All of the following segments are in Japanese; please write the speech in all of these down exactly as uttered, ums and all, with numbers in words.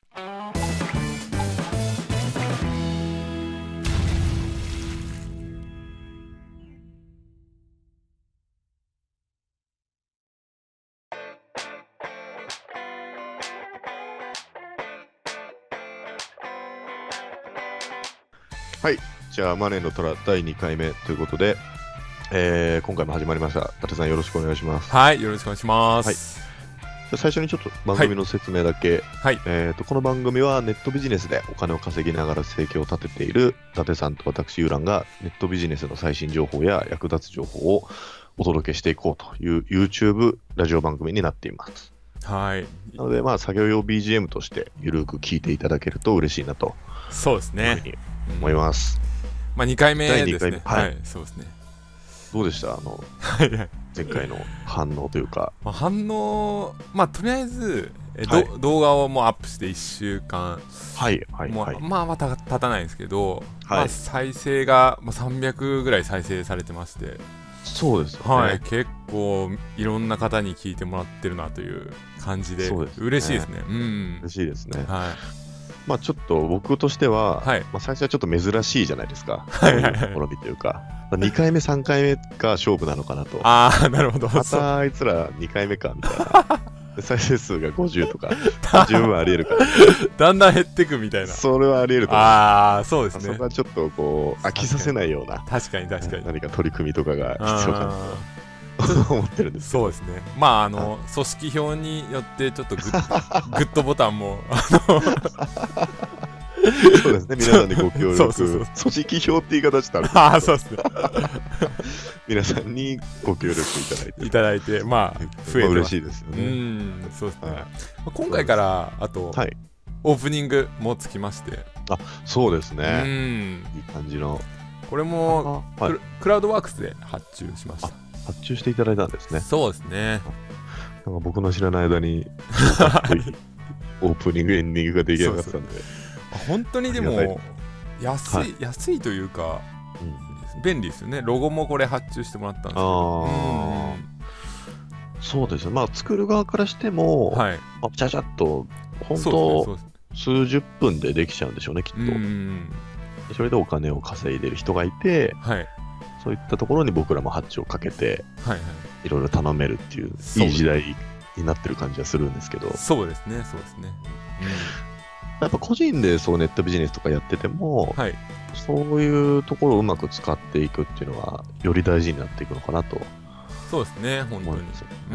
はい、じゃあマネーの虎だいにかいめということで、えー、今回も始まりました。伊達さんよろしくお願いします。 はい、よろしくお願いします。 はい、じゃあ最初にちょっと番組の説明だけ、 はい、 えー、とこの番組はネットビジネスでお金を稼ぎながら生計を立てている伊達さんと私ユーランがネットビジネスの最新情報や役立つ情報をお届けしていこうという YouTube ラジオ番組になっています。 はい、 なのでまあ作業用 ビージーエム としてゆるく聞いていただけると嬉しいなとそうですね思います。 まあにかいめですね。 だいにかいめ、はい、 はい、そうですね。 どうでしたあの前回の反応というか。 まあ、反応、まあとりあえずえ、 はい、 動画をもうアップしていっしゅうかん、 はいはいはい、 まあまた経たないんですけど、 はい、 まあ、再生が、まあ、さんびゃくぐらい再生されてまして、 そうですよね、 はい、結構いろんな方に聞いてもらってるなという感じで、そうですね、嬉しいですね。うん、 嬉しいですね。 はい、 まあちょっと僕としては、 はい、 まあ、最初はちょっと珍しいじゃないですか。 はいはいはい、 そういう試みというか、にかいめさんかいめが勝負なのかなと。 ああ、なるほど。 またあいつらにかいめかみたいな。再生数がごじゅうとか十分ありえるからだんだん減ってくみたいな。 それはありえると思う。 ああ、そうですね。 そこはちょっとこう飽きさせないような、 確かに確かに何か取り組みとかが必要かなと思ってるんです。 そうですね。まああの組織表によってちょっとグッグッドボタンもあのそうですね、皆さんにご協力。そうそうそう、組織表って言い方したらああ、そうですね。 皆さんにご協力いただいていただいて、まあ増えて、まあ、 嬉しいですよね。 うん、そうですね。 はい、 今回からあと、はい、オープニングもつきまして、 あ、そうですね。 うん、 いい感じの。 これも、はい、ク, クラウドワークスで発注しました。 発注していただいたんですね。 そうですね。 なんか僕の知らない間にオープニングエンディングが出来上がったんで。 そうそう、本当にでも安い、はい、安いというか、うん、便利ですよね。ロゴもこれ発注してもらったんですけど。 あ、うん、そうですよ。まあ作る側からしても、はい、まあ、ちゃちゃっと本当数十分でできちゃうんでしょうね、きっと。うん、それでお金を稼いでる人がいて、はい、そういったところに僕らも発注をかけて、はいはい、いろいろ頼めるっていういい時代になってる感じはするんですけど。 そうですね、そうですね。うん、 やっぱ個人でそうネットビジネスとかやってても、はい、そういうところをうまく使っていくっていうのはより大事になっていくのかなと。 そうですね、本当に。うん、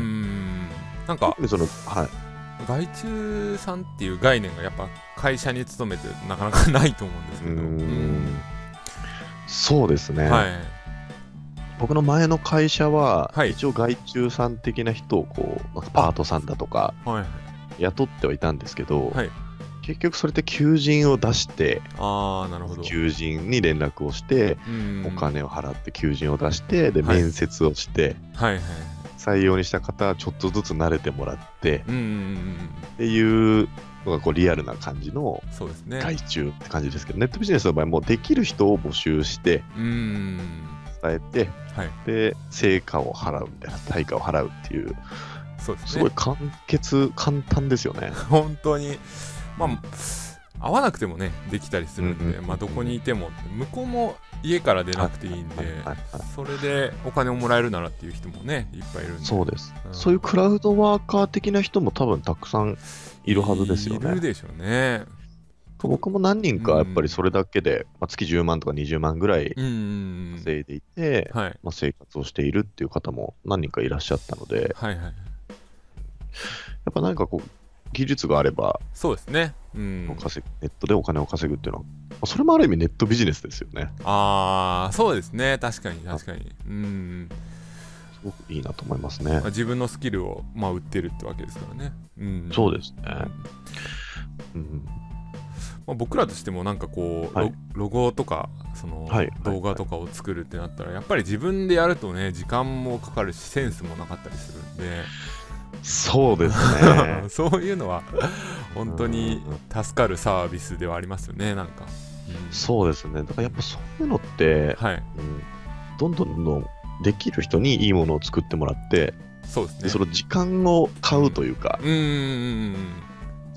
なんかその、はい、 外注さんっていう概念がやっぱ会社に勤めてなかなかないと思うんですけど。うん、 そうですね、はい、僕の前の会社は、はい、一応外注さん的な人をこうパートさんだとか雇ってはいたんですけど、はい、結局それって求人を出して、 あー、なるほど、 求人に連絡をしてお金を払って求人を出してで、はい、面接をして、はいはい、採用にした方はちょっとずつ慣れてもらってっていうのがこうリアルな感じの外注って感じですけど、ネットビジネスの場合もできる人を募集して伝えて、はい、で成果を払うみたいな、対価を払うっていう、そうですね、すごい簡潔簡単ですよね。 本当に、まあ、会わなくてもねできたりするんで、うんうんうん、まあ、どこにいても向こうも家から出なくていいんで、はいはいはい、それでお金をもらえるならっていう人もねいっぱいいるんで。 そうです、うん、そういうクラウドワーカー的な人も多分たくさんいるはずですよね。 いるでしょうね。 僕も何人かやっぱりそれだけで、うん、まあ、月じゅうまんとかにじゅうまんぐらい稼いでいて、うんうん、はい、まあ、生活をしているっていう方も何人かいらっしゃったので、はいはい、やっぱ何かこう技術があれば、 そうですね、うん、 ネットでお金を稼ぐっていうのは、それもある意味ネットビジネスですよね。 ああ、そうですね、確かに確かに、うん、 すごくいいなと思いますね。まあ、 自分のスキルを、まあ、売ってるってわけですからね。うん、 そうですね、うん、 まあ、僕らとしてもなんかこう、はい、ロ, ロゴとかその、はい、動画とかを作るってなったら、やっぱり自分でやるとね時間もかかるしセンスもなかったりするんで。 そうですねそういうのは本当に助かるサービスではありますよね、なんか、 うん、そうですね。だからやっぱそういうのって、はい、うん、どんどんどんできる人にいいものを作ってもらって、 そうですね、 でその時間を買うというか、 うん、うんうんうん、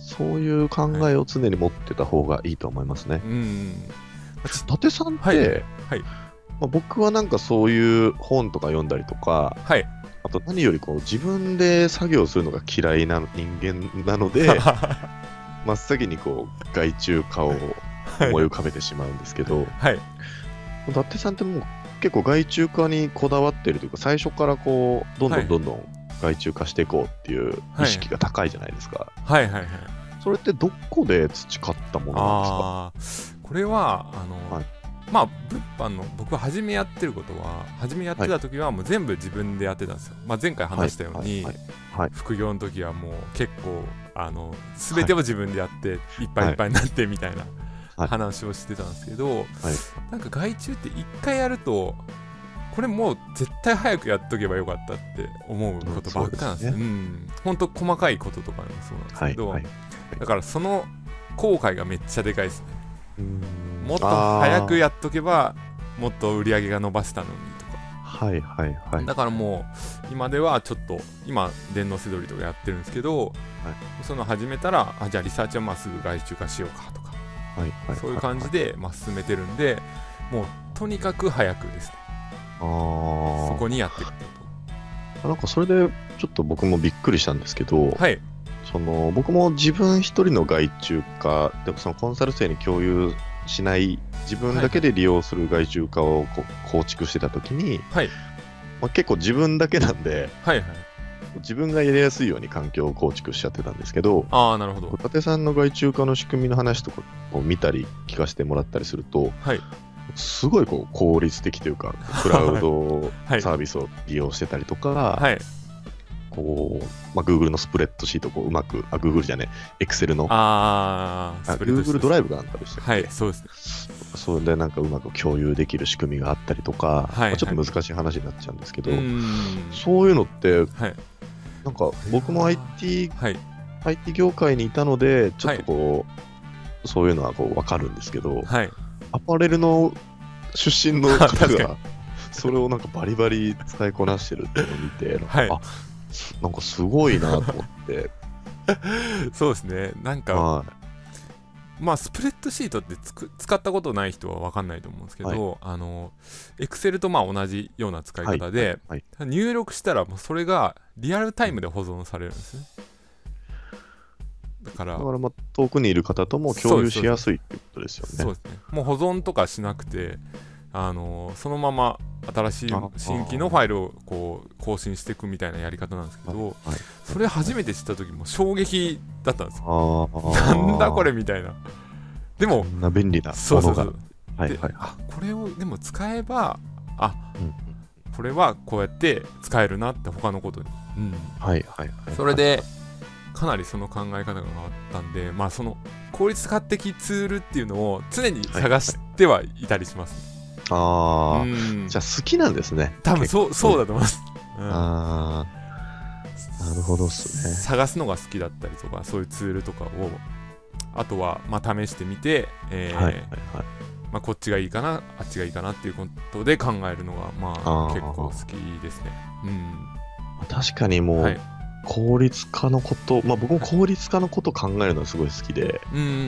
そういう考えを常に持ってた方がいいと思いますね。 うん。 伊達さんって、 はいはい、 まあ、僕はなんかそういう本とか読んだりとか、 はい、 あと何よりこう自分で作業するのが嫌いな人間なので真っ先にこう外注化を思い浮かべてしまうんですけど、 はい、 伊達さんってもう結構外注化にこだわってるというか、最初からこうどんどんどんどん外注化していこうっていう意識が高いじゃないですか。 はいはいはい。 それってどこで培ったものなんですか？あ、これはあの、はい、まあ物販の僕は初めやってることは初めやってた時はもう全部自分でやってたんですよ。まあ、前回話したように、はいはいはい、副業の時はもう結構あの全てを自分でやって、はい、いっぱいいっぱいになってみたいな話をしてたんですけど、はい、なんか外注って一回やるとこれもう絶対早くやっとけばよかったって思うことばっかなんですよ。うん、本当細かいこととかもそうなんですけど、はいはい、だからその後悔がめっちゃでかいですね。うーん、もっと早くやっとけばもっと売り上げが伸ばせたのにとか。 はいはいはい。 だからもう今ではちょっと今電脳せどりとかやってるんですけど、はい、その始めたらあじゃあリサーチはまあすぐ外注化しようかとか、はいはい、そういう感じでまあ進めてるんで、もうとにかく早くですね。あそこにやっていくと。なんかそれでちょっと僕もびっくりしたんですけど、 はい、 その僕も自分一人の外注化でそのコンサル生に共有しない自分だけで利用する外注化をこう構築してた時に、はいまあ、結構自分だけなんで、はいはい、自分がやりやすいように環境を構築しちゃってたんですけど、 あーなるほど。 伊達さんの外注化の仕組みの話とかを見たり聞かせてもらったりすると、はいすごいこう効率的というかクラウドサービスを利用してたりとか、はい、こうまあ、Google のスプレッドシートをこううまくあ Google じゃね Excel のああ Google ドライブがあったりして、 はいそうですね、 それでなんかうまく共有できる仕組みがあったりとか、はいまあ、ちょっと難しい話になっちゃうんですけど、はい、そういうのって、はい、なんか僕も アイティー、はい、アイティー 業界にいたのでちょっとこう、はい、そういうのはこう分かるんですけど、はいアパレルの出身の方がそれをなんかバリバリ使いこなしてるっていうのを見て、はい、あなんかすごいなと思ってそうですねなんか、はい、まあスプレッドシートってつく使ったことない人は分かんないと思うんですけど、はい、あの Excel とまあ同じような使い方で、はいはいはい、入力したらもうそれがリアルタイムで保存されるんですね。だから、 だからまあ遠くにいる方とも共有しやすいってことですよね。 そうですね。もう保存とかしなくて、あのー、そのまま新しい新規のファイルをこう更新していくみたいなやり方なんですけど、はい、それ初めて知った時も衝撃だったんですよ。なんだこれみたいな。でも、 こんな便利なものが。 そうそうそう。 はいはいはい、 あこれをでも使えば、あ、うん、これはこうやって使えるなって他のことに。うん、 はいはい、はい。 それで、かなりその考え方が変わったんで、まあその効率化的ツールっていうのを常に探してはいたりします、ねはいはい、ああ、じゃあ好きなんですね。 多分そうそうだと思います。うん、 ああ、なるほどっすね。 探すのが好きだったりとか、そういうツールとかをあとはまあ試してみて、えーはいはいはいまあ、こっちがいいかな、あっちがいいかなっていうことで考えるのがまあ結構好きですね。うん、 確かにもう、はい効率化のこと、まあ僕も効率化のことを考えるのがすごい好きで、うんうんうん、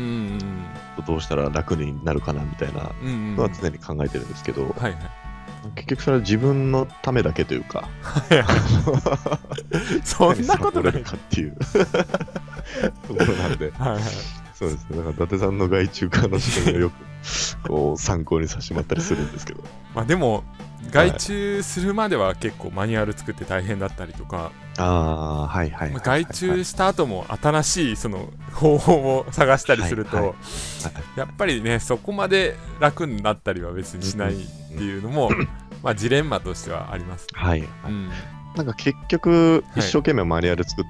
どうしたら楽になるかなみたいなのは常に考えてるんですけど、うんうんはいはい、結局それは自分のためだけというかそんなことないかっていうところなんで、はいはい、そうですね。だから伊達さんの外注化の仕組みをよくこう参考にさせてもらったりするんですけどまあでも外注するまでは結構マニュアル作って大変だったりとか、 あーはいはい、はい、 外注した後も新しいその方法を探したりすると、はいはいはい、やっぱりねそこまで楽になったりは別にしないっていうのも、まあジレンマとしてはあります、ね、 はい、うん、なんか結局一生懸命マニュアル作って、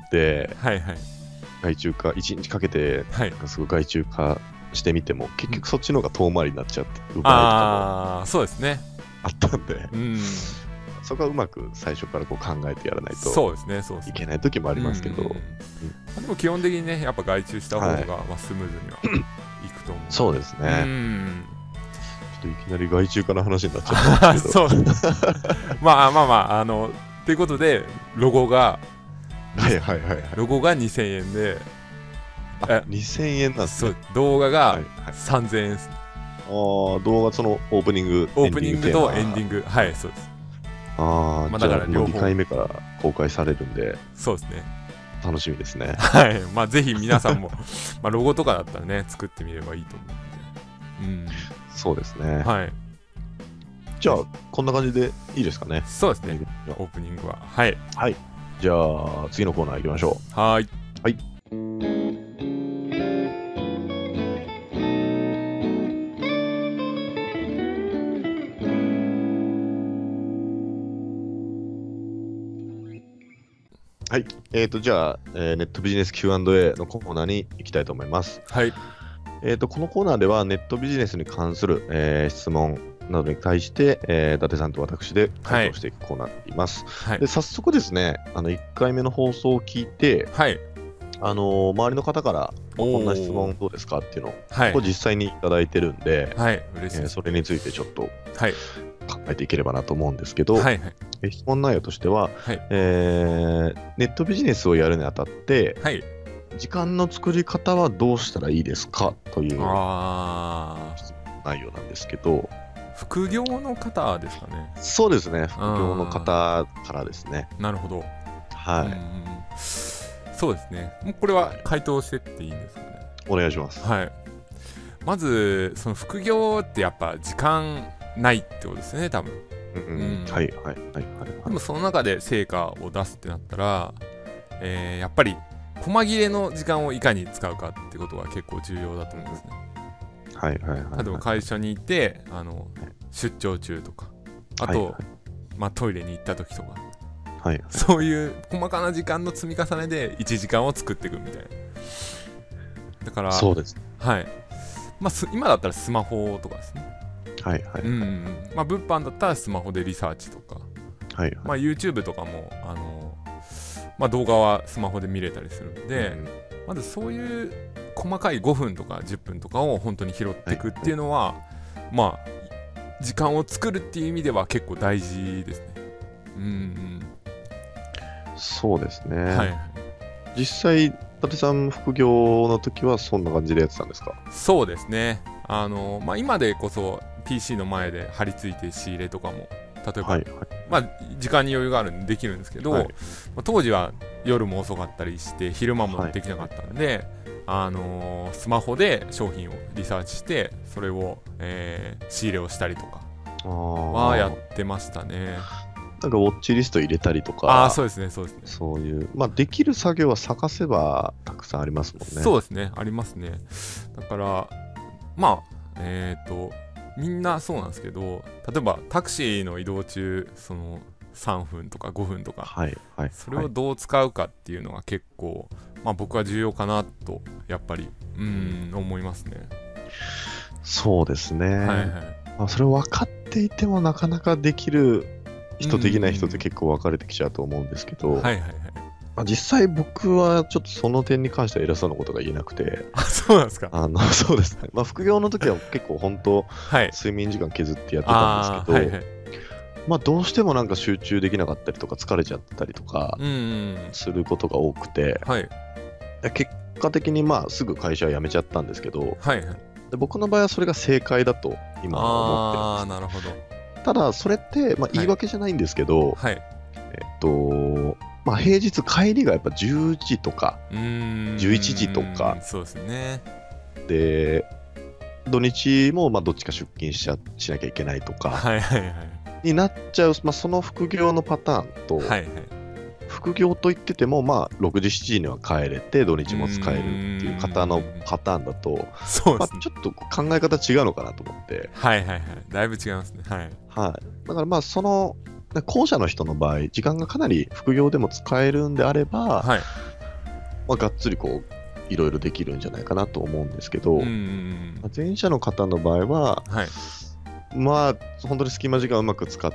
はいはいはい、外注化いちにちかけてなんかすごい外注化してみても、はい、結局そっちの方が遠回りになっちゃって奪いとかもああそうですねあったんで、 うん、 そこはうまく最初からこう考えてやらないとそうですねそうですねいけない時もありますけど、うんうんうんうん、でも基本的にねやっぱ外注した方が、はいまあ、スムーズにはいくと思う。 そうですね、うん、ちょっといきなり外注化の話になっちゃったんですけどそうまあまあまああのということでロゴがはいはいはい、はい、 ロゴがにせんえんであにせんえんなんですね。 そう動画がさんぜんえんです、ね。 ああ、動画そのオープニング、 オープニングとエンディング、はい、そうです。 ああ、まあ、だから両方にかいめから公開されるんで、 そうですね。 楽しみですね。 はい、まあぜひ皆さんもまあロゴとかだったらね作ってみればいいと思うんで、うん、 そうですね。 はい。 じゃあこんな感じでいいですかね。 そうですね。オープニングははいはい。じゃあ次のコーナー行きましょう。はいはい。はい、えーと、じゃあ、えー、ネットビジネス キューアンドエー のコーナーに行きたいと思います。 はい。 えーと、このコーナーではネットビジネスに関する、えー、質問などに対して、えー、伊達さんと私で回答していくコーナーになります。はい、で早速ですね、あのいっかいめの放送を聞いて、はい、あのー、周りの方から、まあ、こんな質問どうですかっていうのを、はい、実際にいただいてるんで、はい、嬉しいです。えー、それについてちょっと、はい、考えていければなと思うんですけど、はいはい、え質問内容としては、はい、えー、ネットビジネスをやるにあたって、はい、時間の作り方はどうしたらいいですかというあ内容なんですけど、 副業の方ですかね。 そうですね、副業の方からですね。 なるほど。 はい。 そうですね。もうこれは回答してっていいんですかね。 お願いします。 はい。まずその副業ってやっぱ時間ないってことですね、多分。 うんうん、はいはいはいはい。 でもその中で成果を出すってなったら、えー、やっぱり細切れの時間をいかに使うかってことが結構重要だと思うんですね。 はいはいはい、はい。 例えば会社にいてあの出張中とか、あと、はいはい、まあ、トイレに行った時とか、はい、そういう細かな時間の積み重ねでいちじかんを作っていくみたいな。だからそうです。 はい。まあ今だったらスマホとかですね。 はいはい、はい。うん、 まあ物販だったらスマホでリサーチとか、はいはい、まあ YouTube とかもあのまあ動画はスマホで見れたりするので、うん、まずそういう細かいごふんとかじゅっぷんとかを本当に拾っていくっていうのは、はい、まあ時間を作るっていう意味では結構大事ですね。うん、うん、 そうですね。はい、実際伊達さん副業の時はそんな感じでやってたんですか？ そうですね。あのまあ今でこそ ピーシー の前で張り付いて仕入れとかも例えば、はいはい、まあ時間に余裕があるんでできるんですけど、はい、まあ、当時は夜も遅かったりして昼間もできなかったんで、はい、あのー、スマホで商品をリサーチしてそれを、えー、仕入れをしたりとかはやってましたね。 なんかウォッチリスト入れたりとか、 ああそうですねそうですね。 そういう、まあ、できる作業は探せばたくさんありますもんね。 そうですね、ありますね。だからまあえっ、ー、とみんなそうなんですけど、例えばタクシーの移動中そのさんぷんとかごふんとか、はいはい、それをどう使うかっていうのが結構、まあ、僕は重要かなとやっぱりうん思いますね。 そうですね、はいはい、まあ、それを分かっていてもなかなかできる人できない人って結構分かれてきちゃうと思うんですけど、はいはいはい、まあ、実際僕はちょっとその点に関しては偉そうなことが言えなくて。 あ、そうなんですか。 あのそうですね、まあ、副業の時は結構本当、はい、睡眠時間削ってやってたんですけど、はいはい、まあ、どうしてもなんか集中できなかったりとか疲れちゃったりとかすることが多くて、はい、結果的にまあすぐ会社は辞めちゃったんですけど、はいはい、で僕の場合はそれが正解だと今は思ってます。 あ、なるほど。 ただそれって、まあ、言い訳じゃないんですけど、はいはい、えっとまあ、平日帰りがやっぱじゅうじとかじゅういちじとか、 そうですね。 で土日もまあどっちか出勤しちゃしなきゃいけないとか、はいはいはい、になっちゃう、まあ、その副業のパターンと、はいはい、副業といっててもまあろくじしちじには帰れて土日も使えるっていう方のパターンだと、そうですね、まあ、ちょっと考え方違うのかなと思って、 はいはいはい、だいぶ違いますね。はい、 はい、だからまあその後者の人の場合時間がかなり副業でも使えるんであれば、はい、まあ、がっつりこういろいろできるんじゃないかなと思うんですけど、うん、前者の方の場合は、はい、まあ本当に隙間時間をうまく使って、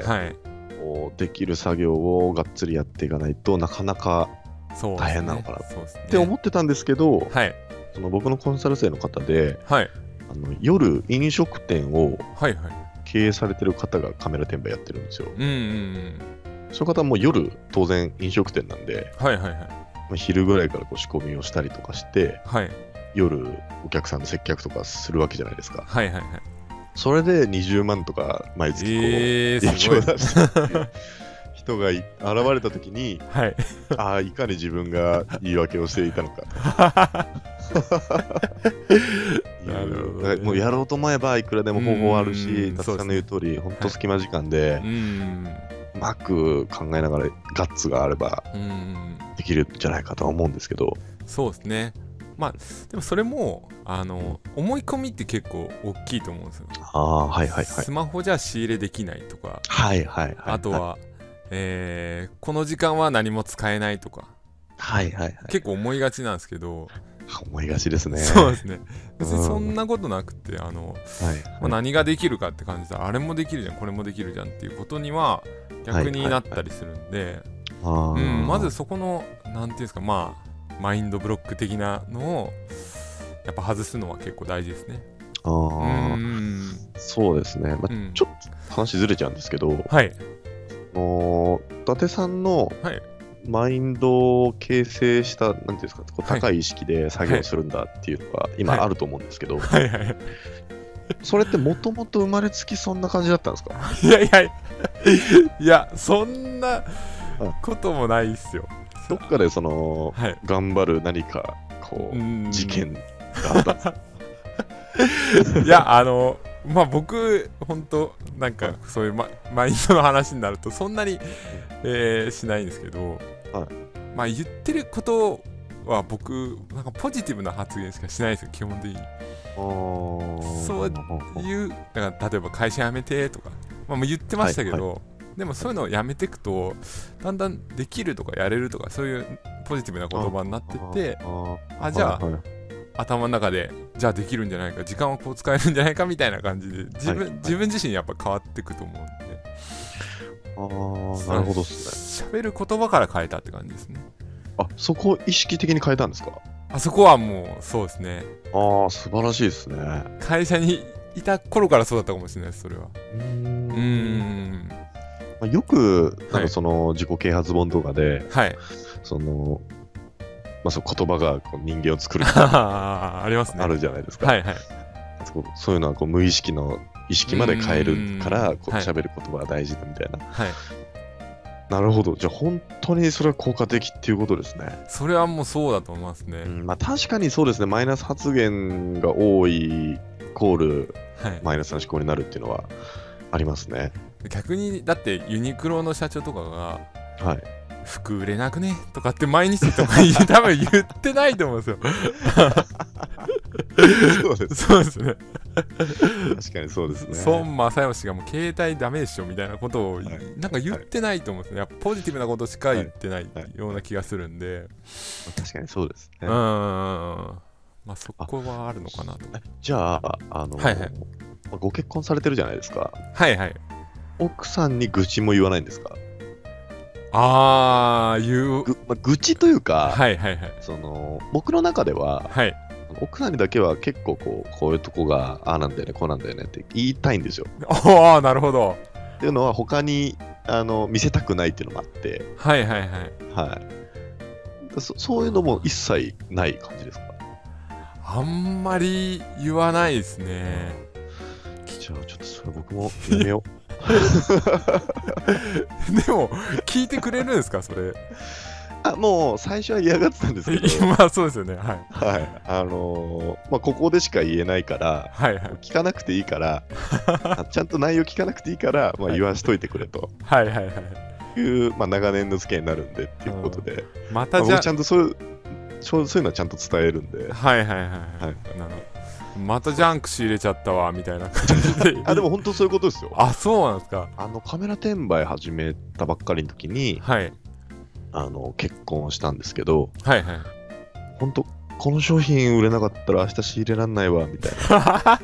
はい、こうできる作業をがっつりやっていかないとなかなか大変なのかなって思ってたんですけど、はい、その僕のコンサル生の方で、はい、あの夜飲食店を経営されてる方がカメラ転売やってるんですよ。うんうんうん、その方はもう夜当然飲食店なんで、はいはいはい、 昼ぐらいからこう仕込みをしたりとかして、 はい、 夜お客さんの接客とかするわけじゃないですか。 はいはいはい。 それでにじゅうまんとか毎月こう、 えー、 益を出してっていう人が現れた時に、 はい、 ああ、いかに自分が言い訳をしていたのかなるほど、ね、もうやろうと思えばいくらでも方法あるし、達さんの言う通り、本当隙間時間で、はい、うまく考えながらガッツがあればできるんじゃないかとは思うんですけど。 そうですね。まあでもそれもあの思い込みって結構大きいと思うんですよ。 ああ、はいはいはい。 スマホじゃ仕入れできないとか、 はいはいはい、はい、 あとは、えー、この時間は何も使えないとか、 はいはいはい、 結構思いがちなんですけど。 思いがちですね。 そうですね。別にそんなことなくて、あの、はいまあ、何ができるかって感じで、あれもできるじゃん、これもできるじゃんっていうことには逆になったりするんで、うん、まずそこのなんていうんですか、まあマインドブロック的なのをやっぱ外すのは結構大事ですね。 ああ、うんそうですね。まあ、うん、ちょっと話ずれちゃうんですけど、 はい。 もう伊達さんの、はい。マインドを形成した、なんていうんですか、こう高い意識で作業するんだっていうのが今あると思うんですけど、 はいはいはい、 それってもともと生まれつきそんな感じだったんですか？ いやいやいや、そんなこともないっすよ。 どっかでその、はい、頑張る何かこう事件があったんですか？ いや、あのまあ僕本当なんかそういう、ま、マインドの話になるとそんなに、えー、しないんですけど、はい、まあ言ってることは僕なんかポジティブな発言しかしないですよ、基本的に。そういうだから例えば会社辞めてとか、まあ、もう言ってましたけど、はいはい、でもそういうのをやめていくとだんだんできるとかやれるとかそういうポジティブな言葉になってってあじゃあ、はいはい、頭の中でじゃあできるんじゃないか、時間はこう使えるんじゃないかみたいな感じで自分、はいはい、自分自身やっぱ変わっていくと思うんで。 ああ、なるほどっすね。喋る言葉から変えたって感じですね。 あ、そこを意識的に変えたんですか？ あそこはもうそうですね。 ああ、素晴らしいですね。 会社にいた頃からそうだったかもしれないです、それは。うーん。うーんまあ、よくなんかその自己啓発本とかで、 はい、 そのまあ、そう言葉がこう人間を作るありますね。 あるじゃないですか。 はいはい、 そういうのはこう無意識の意識まで変えるからこう喋る言葉が大事だみたいな、はい、なるほど。じゃあ本当にそれは効果的っていうことですね。 それはもうそうだと思いますね。 うん、まあ、確かにそうですね。マイナス発言が多いイコール、はい、マイナスな思考になるっていうのはありますね。 逆にだってユニクロの社長とかが、はい、服売れなくねとかって毎日とか多分言ってないと思うんですよ。 そうです。 そうですね。 確かにそうですね。 孫正義がもう携帯ダメでしょみたいなことを、はい、なんか言ってないと思うんですね。やっぱポジティブなことしか言ってないような気がするんで、はいはい、 確かにそうですね。 うん、まあそこはあるのかなと。 じゃあ、あの、はいはい、ご結婚されてるじゃないですか。 はいはい。 奥さんに愚痴も言わないんですか？ あー、言う。 ぐ、まあ、愚痴というか、 はいはいはい。 その、僕の中では、はい、奥さんにだけは結構こう、こういうとこが、ああなんだよね、こうなんだよねって言いたいんですよ。 ああ、なるほど。 っていうのは、他に、あの、見せたくないっていうのもあって。 はいはいはい。 はい。そ, そういうのも一切ない感じですか？ あんまり言わないですね。 じゃあ、ちょっとそれ僕もやめよう。 でも聞いてくれるんですかそれ？ あ、もう最初は嫌がってたんですけどまあそうですよね。はい、 はい、あのー、まあここでしか言えないから、はいはい、聞かなくていいからちゃんと内容聞かなくていいから、まあ、言わしといてくれとはいはいはいいう、まあ、長年の付き合いになるんでっていうことで、 うん、またじゃあ、 まあ、僕ちゃんとそういうそういうのはちゃんと伝えるんで、 はいはいはいはい、はい、なるほど。またジャンク仕入れちゃったわみたいな感じであ、でも本当そういうことですよ。 あ、そうなんですか。 あのカメラ転売始めたばっかりの時に、はい、あの結婚したんですけど、はいはい、本当この商品売れなかったら明日仕入れらんないわみたいな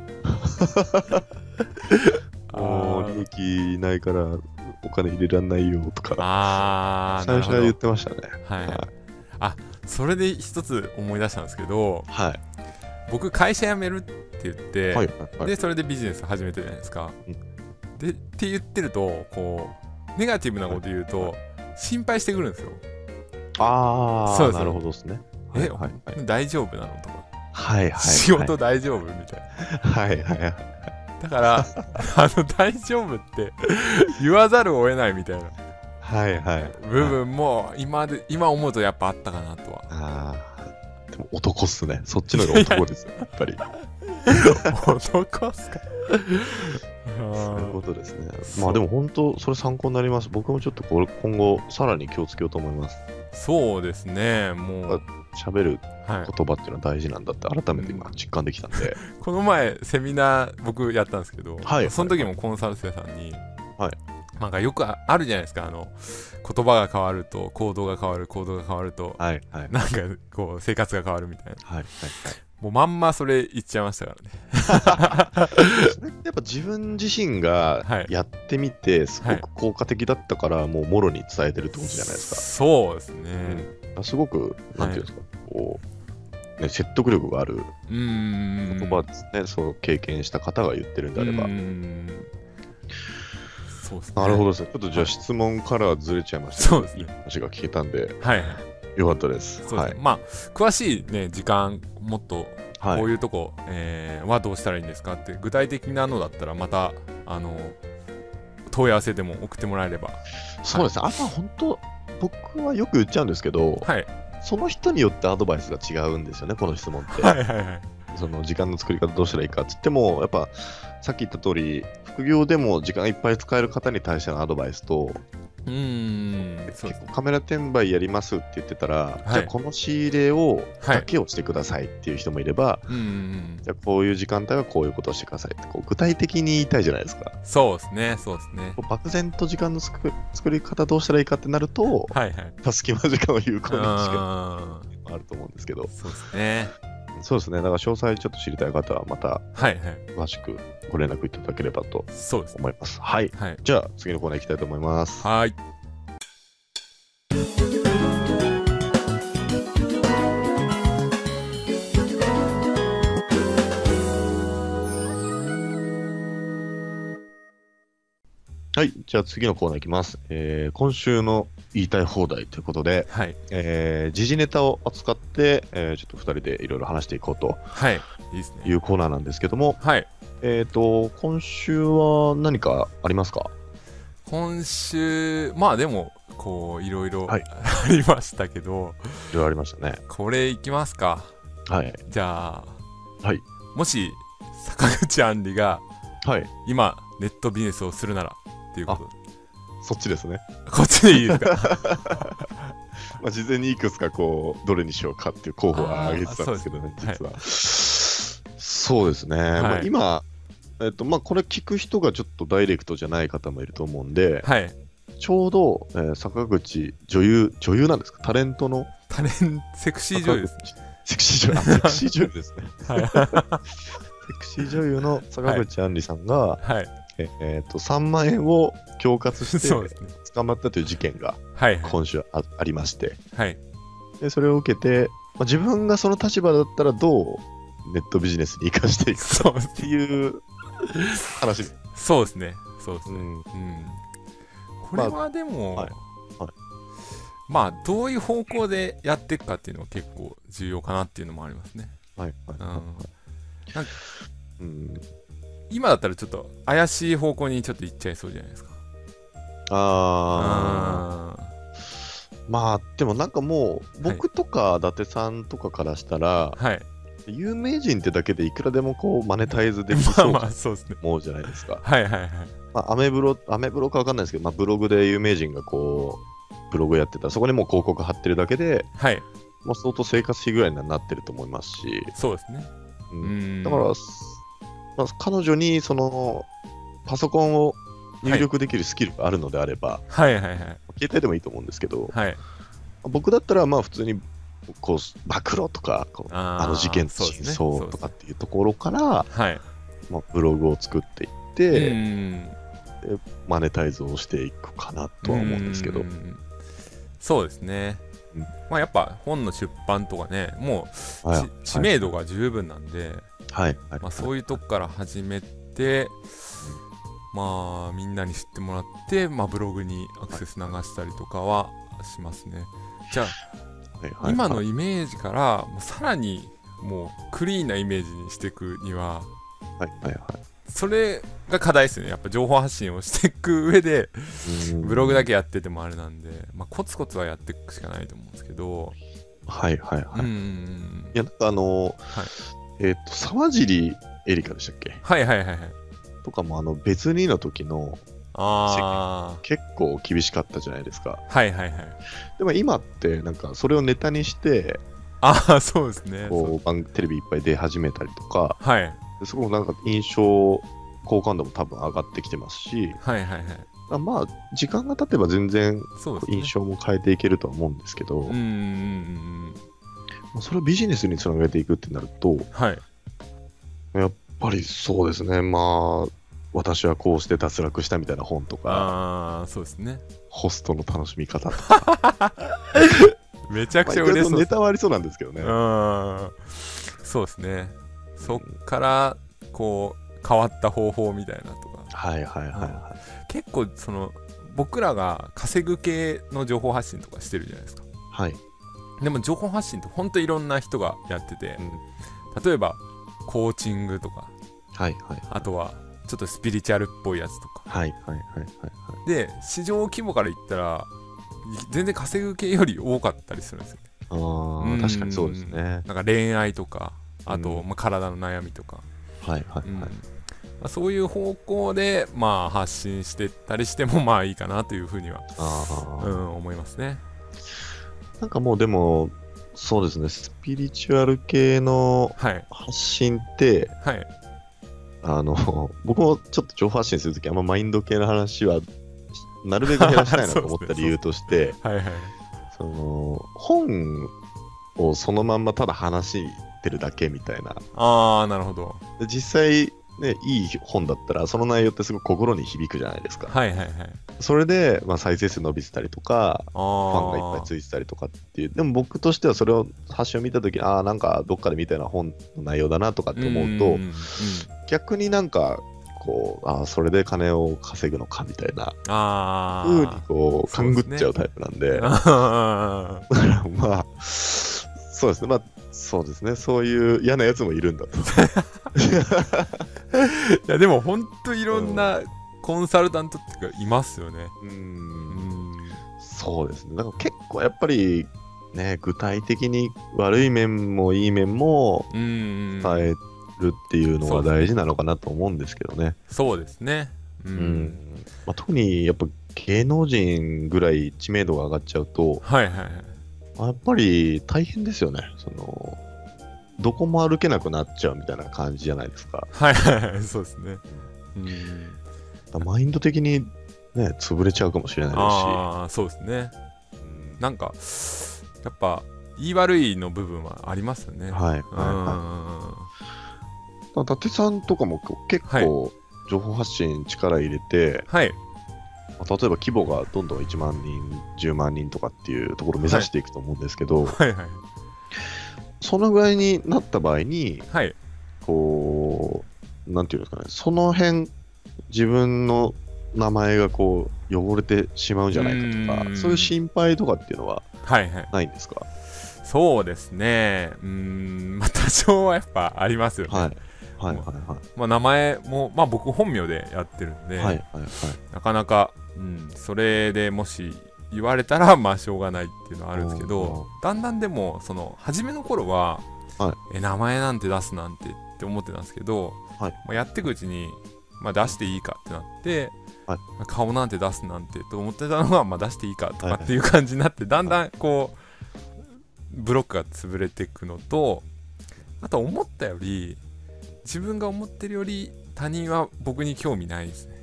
もう利益ないからお金入れらんないよとか、あ、最初は言ってましたね。 はい、はい、あ、それで一つ思い出したんですけど、はい、僕会社辞めるって言って、はいはいはい、でそれでビジネス始めてるじゃないですか、うん、でって言ってるとこうネガティブなこと言うと、はいはい、心配してくるんですよ。 ああ、なるほどですね。 え、はいはい、大丈夫なのとか、 はいはいはい、 仕事大丈夫みたいな。はいはいはい。 だからあの大丈夫って言わざるを得ないみたいな、 はいはい、 部分も今で今思うとやっぱあったかなとは。 ああ、でも男っすね。そっちの方が男ですよやっぱり。 男っすか。 そういうことですね。まあでも本当それ参考になります。僕もちょっとこれ今後さらに気をつけようと思います。 そうですね。もう喋る言葉っていうのは大事なんだって改めて今実感できたんで、 うん、この前セミナー僕やったんですけど、 はい、 その時もコンサル生さんに、 はい、 なんかよくあるじゃないですか、あの言葉が変わると行動が変わる、行動が変わると、 はいはい、 なんかこう生活が変わるみたいな、 はいはいはい、 もうまんまそれ言っちゃいましたからね。 それってやっぱ自分自身がやってみてすごく効果的だったから、はい、もうもろに伝えてるってことじゃないですか。 そうですね、 うん、すごくなんていうんですか、はい、こうね、説得力がある言葉ですね。そう経験した方が言ってるんであれば。そうですね、なるほどですね。ちょっとじゃあ質問からずれちゃいました、ね、 そうですね、 話が聞けたんで、 はい、 よかったです。 そうですね、はい、まあ詳しいね時間もっとこういうとこ、はい、えー、はどうしたらいいんですかって具体的なのだったらまたあの問い合わせでも送ってもらえれば。 そうですね、はい、あとは本当僕はよく言っちゃうんですけど、はい、その人によってアドバイスが違うんですよね、この質問って。はいはいはい、その時間の作り方どうしたらいいかって言っても、やっぱさっき言った通り副業でも時間いっぱい使える方に対してのアドバイスと、うーん、結構カメラ転売やりますって言ってたら、はい、じゃあこの仕入れをだけをしてくださいっていう人もいれば、はい、じゃあこういう時間帯はこういうことをしてくださいってこう具体的に言いたいじゃないですか。 そうですね、そうですね。 漠然と時間の作り方どうしたらいいかってなると、はいはい、隙間時間を有効にしかあると思うんですけど。 そうですね。 そうですね。だから詳細ちょっと知りたい方はまた詳しくご連絡いただければと思います。はい。はい、じゃあ次のコーナー行きたいと思います。 はい。 はい。じゃあ次のコーナーいきます。えー、今週の言いたい放題ということで、はい、えー、時事ネタを扱って、えー、ちょっとふたりでいろいろ話していこうと、はい、いいですね、いうコーナーなんですけども、はい、えっと、今週は何かありますか？ 今週、まあでも、こう、いろいろありましたけど、 いろいろありましたね。 これいきますか。はい。じゃあ、はい、もし、坂口杏里が、はい、今、ネットビジネスをするなら、っていうこと。 そっちですね。 こっちでいいですか？ まあ事前にいくつかこうどれにしようかっていう候補は挙げてたんですけどね、実は。はい、そうですね。はい、まあ、今、えっとまあ、これ聞く人がちょっとダイレクトじゃない方もいると思うんで、はい、ちょうど、えー、坂口女優女優なんですか？タレントのタレンセクシー女優です。 セクシー女優、セクシー女優ですね。はい、セクシー女優の坂口杏里さんが、はい、えー、とさんまんえんを恐喝して捕まったという事件が今週 あ, ありまして、はい、でそれを受けて、まあ、自分がその立場だったらどうネットビジネスに生かしていくかっていう話。 そうですね、そうですね、うんうん、これはでも、まあはいはい、まあどういう方向でやっていくかっていうのは結構重要かなっていうのもありますね。はいはいはい、うん、なんか、うん、今だったらちょっと怪しい方向にちょっと行っちゃいそうじゃないですか。 ああ、まあでもなんかもう僕とか伊達さんとかからしたら、はい、有名人ってだけでいくらでもこうマネタイズできそうなもうじゃないですか。はいはいはい。まあアメブロアメブロかわかんないですけど、まあブログで有名人がこうブログやってたらそこにもう広告貼ってるだけで、はい、まあ相当生活費ぐらいにはなってると思いますし。 そうですね。 うん、うんだから。まあ、彼女にそのパソコンを入力できるスキルがあるのであれば、はいはいはいはい、携帯でもいいと思うんですけど、はい、僕だったらまあ普通にこう暴露とかこう あ, あの事件の真相とかっていうところから、はいまあ、ブログを作っていってうんでマネタイズをしていくかなとは思うんですけど。 うんそうですね、うんまあ、やっぱ本の出版とかねもう、はい、知名度が十分なんで、はいはいまあ、そういうとこから始めて、まあみんなに知ってもらって、まあ、ブログにアクセス流したりとかはしますね。 じゃあ、はいはいはい、今のイメージからもうさらにもうクリーンなイメージにしていくには、 はいはいはい、 それが課題ですよね。やっぱ情報発信をしていく上でブログだけやっててもあれなんで、まあ、コツコツはやっていくしかないと思うんですけど。 はいはいはい。うん、いやなんかあのー、はい、えっ、ー、と沢尻エリカでしたっけ。 はいはいはいはい。 とかもあの別にの時のあ結構厳しかったじゃないですか。 はいはいはい。 でも今ってなんかそれをネタにしてああそうですね。 こうテレビいっぱい出始めたりとか、 はい、 すごくなんか印象好感度も多分上がってきてますし、 はいはいはい。 まあ時間が経てば全然印象も変えていけるとは思うんですけど、 うんうんうんうん、それをビジネスにつなげていくってなると、 はい、 やっぱりそうですね。まあ私はこうして脱落したみたいな本とか、 あそうですね。 ホストの楽しみ方とかめちゃくちゃ売れそう、 まあ、ネタはありそうなんですけどね。 うんそうですね。そっからこう変わった方法みたいなとか、 はいはいはいはい、うん、 結構その僕らが稼ぐ系の情報発信とかしてるじゃないですか。 はい。 でも情報発信って本当いろんな人がやってて、うん、例えばコーチングとか、 はいはい、 あとはちょっとスピリチュアルっぽいやつとか、 はいはいはいはい、はい、 で市場規模から言ったら全然稼ぐ系より多かったりするんですよね。 ああ確かにそうですね。 なんか恋愛とか、あと、うんまあ、体の悩みとか、 はいはいはい、うんまあ、そういう方向で、まあ、発信してったりしてもまあいいかなというふうには、うん、思いますね。 なんかもうでもそうですね、スピリチュアル系の発信って、 はいはい、 あの僕もちょっと情報発信するときあんまマインド系の話はなるべく減らしたいなと思った理由としてはい、はい、 その本をそのまんまただ話してるだけみたいな。 あーなるほど。 実際ね、いい本だったらその内容ってすごく心に響くじゃないですか。 はいはいはい。 それで、まあ、再生数伸びてたりとかファンがいっぱいついてたりとかっていう。でも僕としてはそれを発信を見たときにああなんかどっかで見たような本の内容だなとかって思うと、うんうん、逆になんかこうあそれで金を稼ぐのかみたいな風にこう勘ぐっちゃうタイプなんで、だからまあそうですね、まあそうですね、そういう嫌なやつもいるんだと。 いやでも本当いろんなコンサルタントっていうかいますよね。 うん、うんそうですね。だから結構やっぱりね具体的に悪い面もいい面も伝えるっていうのが大事なのかなと思うんですけどね。 そうですね。うん、うんまあ、特にやっぱ芸能人ぐらい知名度が上がっちゃうと、 はいはいはい、 やっぱり大変ですよね。そのどこも歩けなくなっちゃうみたいな感じじゃないですか。 はいはいはいそうですね。うんだマインド的にね潰れちゃうかもしれないですし。 ああそうですね。うんなんかやっぱ言い悪いの部分はありますよね。 はいはいはい。伊達さんとかも結構情報発信力入れて、 はい、 例えば規模がどんどんいちまんにんじゅうまんにんとかっていうところを目指していくと思うんですけど、 はいはいはい、 そのぐらいになった場合に、 はい、 こうなんていうんですかね、その辺自分の名前がこう汚れてしまうんじゃないかとか、そういう心配とかっていうのはないんですか？ はいはい、そうですね、うーん、まあ、多少はやっぱありますよね。 はいはいはいはい。 まあ、名前も、まあ、僕本名でやってるんで、はいはいはい、なかなか、うん、それでもし言われたらまあしょうがないっていうのはあるんですけど、だんだんでもその初めの頃は、はい、え名前なんて出すなんてって思ってたんですけど、はい、まあ、やっていくうちに、まあ、出していいかってなって、はい、顔なんて出すなんてと思ってたのが、まあ、出していいかとかっていう感じになって、だんだんこうブロックが潰れていくのと、あと思ったより自分が思ってるより他人は僕に興味ないですね。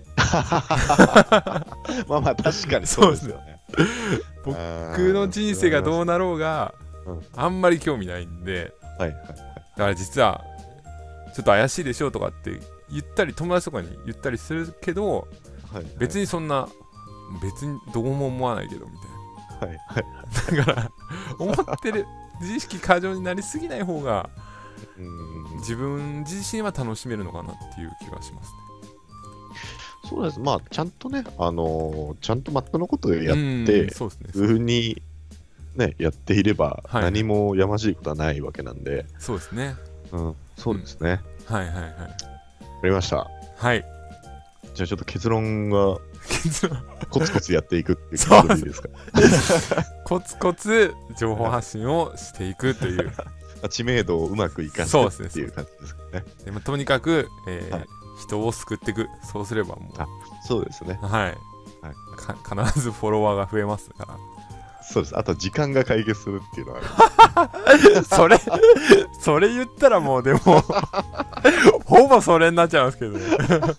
まあまあ確かにそうですよね。 僕の人生がどうなろうがあんまり興味ないんで、はいはいはい、だから実はちょっと怪しいでしょとかって言ったり友達とかに言ったりするけど、はいはい、別にそんな別にどうも思わないけどみたいな、はいはいはい、だから思ってる自意識過剰になりすぎない方がうん自分自身は楽しめるのかなっていう気がしますね。 そうです。まあちゃんとね、あのー、ちゃんとマットのことをやって、そうですね、普通にね、やっていれば何もやましいことはないわけなんで、はい、 そうですね。 うん、そうですね。 うん、はいはいはい。わかりました。 はい。 じゃあちょっと結論がコツコツやっていくっていうことでいいですか。 コツコツ情報発信をしていくという知名度をうまくいかせるっていう感じですかね。 でもとにかく、えーはい、人を救っていく。そうすればもうあそうですね。 はい、はい、か必ずフォロワーが増えますから。 そうです。あと時間が解決するっていうのはあるそれそれ言ったらもうでもほぼそれになっちゃうんですけどね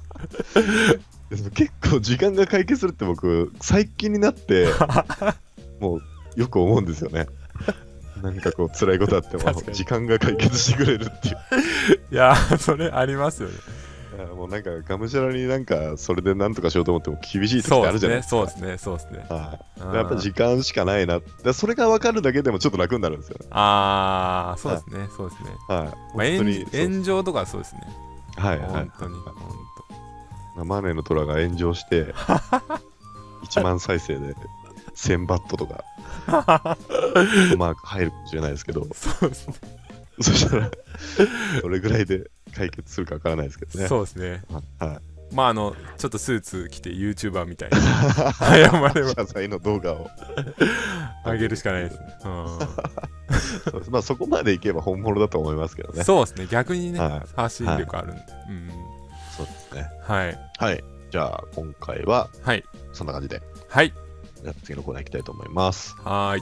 結構時間が解決するって僕最近になってもうよく思うんですよね。なんかこう辛いことあっても時間が解決してくれるっていういやそれありますよね。 いやもうなんかがむしゃらになんかそれでなんとかしようと思っても厳しい時ってあるじゃないですか。 そうですねそうですねそうですね。 はい、やっぱ時間しかないな。それが分かるだけでもちょっと楽になるんですよね。 ああそうですね、はい、そうですね。はい。まあ、炎上とかそうですね。 はいはい。 本当に、はい、本当。マネーの虎が炎上していちまん再生でせんバットとかマーク入るかもしれないですけど、 そうですね。 そしたらどれぐらいで解決するかわからないですけどね。 そうですね。 はい。 まああのちょっとスーツ着て YouTuber みたいな謝れば謝罪の動画を上げるしかないですね。 そうです。まあそこまでいけば本物だと思いますけどね。 そうですね。逆にね、はい、発信力あるんで、はい、うん。 そうですね。 はい。 はい。じゃあ今回ははいそんな感じで、 はい。 じゃあ次のコーナー行きたいと思います。 はい。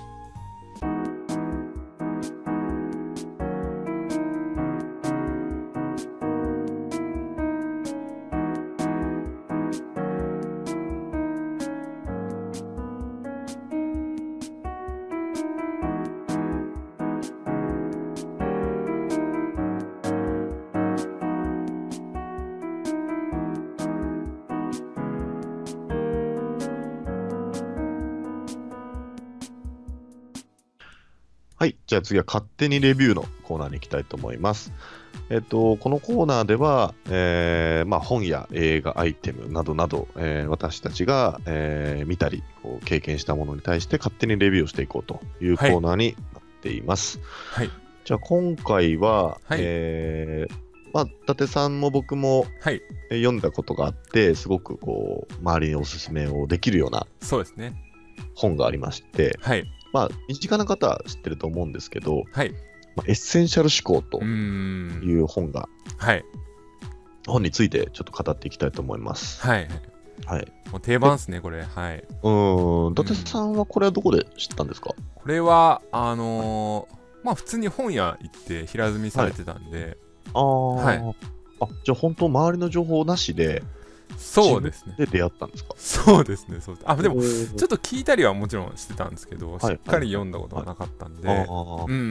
はい。じゃあ次は勝手にレビューのコーナーに行きたいと思います。えっと、このコーナーでは、えーまあ、本や映画、アイテムなどなど、えー、私たちが、えー、見たりこう経験したものに対して勝手にレビューをしていこうというコーナーになっています。 はい。 じゃあ今回は、はい、えーまあ、伊達さんも僕も、はい、読んだことがあって、すごくこう周りにおすすめをできるような本がありまして、 はい、 まあ、身近な方は知ってると思うんですけど、 はいまあ、エッセンシャル思考という本が、 はい、 本についてちょっと語っていきたいと思います。 はい、はい、もう定番ですねこれ。はい。 うん。伊達さんはこれはどこで知ったんですか？ これはあのー、まあ普通に本屋行って平積みされてたんで、はい、 ああ、はい、あじゃあ本当周りの情報なしで。 そうですね。 で出会ったんですか？ そうですね。そうです。あ、でもちょっと聞いたりはもちろんしてたんですけど、しっかり読んだことはなかったんで、はいはいはい、うん。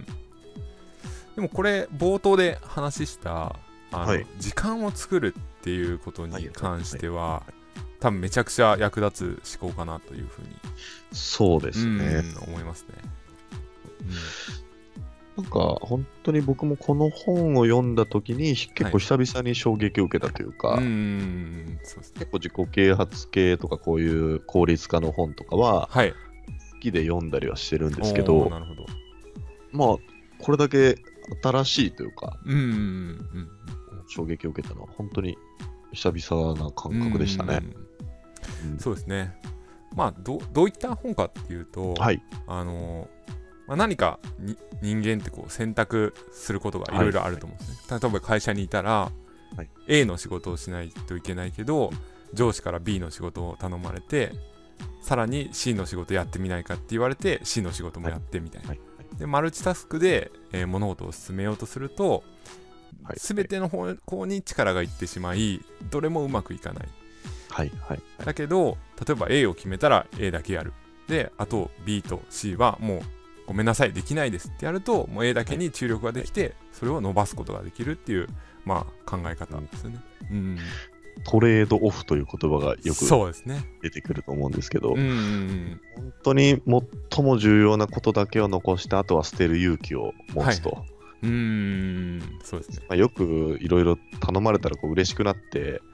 でもこれ冒頭で話したあの、はい、時間を作るっていうことに関しては、はいはいはい、多分めちゃくちゃ役立つ思考かなというふうに、 そうですね。 思いますね。 うんなんか本当に僕もこの本を読んだ時に結構久々に衝撃を受けたというか、はい、うんそうですね、結構自己啓発系とかこういう効率化の本とかは好きで読んだりはしてるんですけど、 なるほど、 まあこれだけ新しいというか、 うんうんうん、 衝撃を受けたのは本当に久々な感覚でしたね。 うんうん、そうですね。まあ ど, どういった本かっていうと、 はい、 あのまあ、何かに人間ってこう選択することがいろいろあると思うんですね。はい、例えば会社にいたら、はい、A の仕事をしないといけないけど、上司から B の仕事を頼まれて、さらに C の仕事やってみないかって言われて C の仕事もやってみたいな、はいはい、でマルチタスクで、えー、物事を進めようとすると、はい、全ての方向に力がいってしまいどれもうまくいかない、 はいはいはい、 だけど例えば A を決めたら A だけやる、であと B と C はもうごめんなさいできないですってやると、もう A だけに注力ができてそれを伸ばすことができるっていう、まあ、考え方ですよね。うん、 トレードオフという言葉がよくそうですね出てくると思うんですけど、 うんうんうん、 本当に最も重要なことだけを残してあとは捨てる勇気を持つと、はい、 うーんそうですね、 まあ、よくいろいろ頼まれたらこう嬉しくなって、 はい、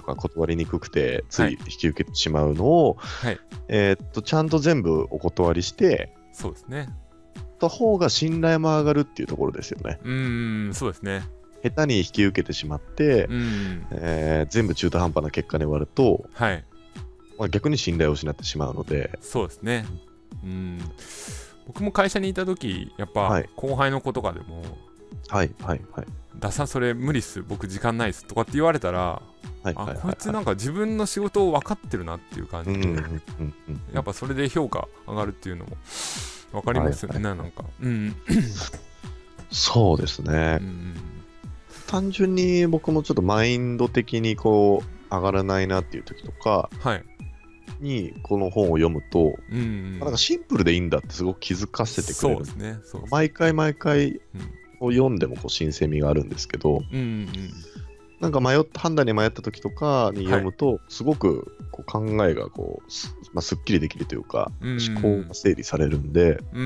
か断りにくくてつい引き受けてしまうのを、はい、えー、っとちゃんと全部お断りしてそうですねた方が信頼も上がるっていうところですよね。 うーんそうですね。 下手に引き受けてしまって、うんえー、全部中途半端な結果に終わると、はいまあ、逆に信頼を失ってしまうので。 そうですね。うん僕も会社にいた時やっぱ後輩の子とかでも、はいはいはい、ダサそれ無理っす僕時間ないっすとかって言われたら、はいはいはいはい、あこいつなんか自分の仕事を分かってるなっていう感じで、うんうんうんうん、やっぱそれで評価上がるっていうのも分かりますよね、はいはい、なんか、うん、 そうですね、うん、単純に僕もちょっとマインド的にこう上がらないなっていう時とか、はいにこの本を読むと、うんうんまあ、なんかシンプルでいいんだってすごく気づかせてくれる。そうですね。そうですね。毎回毎回を読んでもこう新鮮味があるんですけど、うんうん、なんか迷った判断に迷った時とかに読むと、はい、すごくこう考えがこう す,、まあ、すっきりできるというか、うんうん、思考が整理されるんで、うんうん、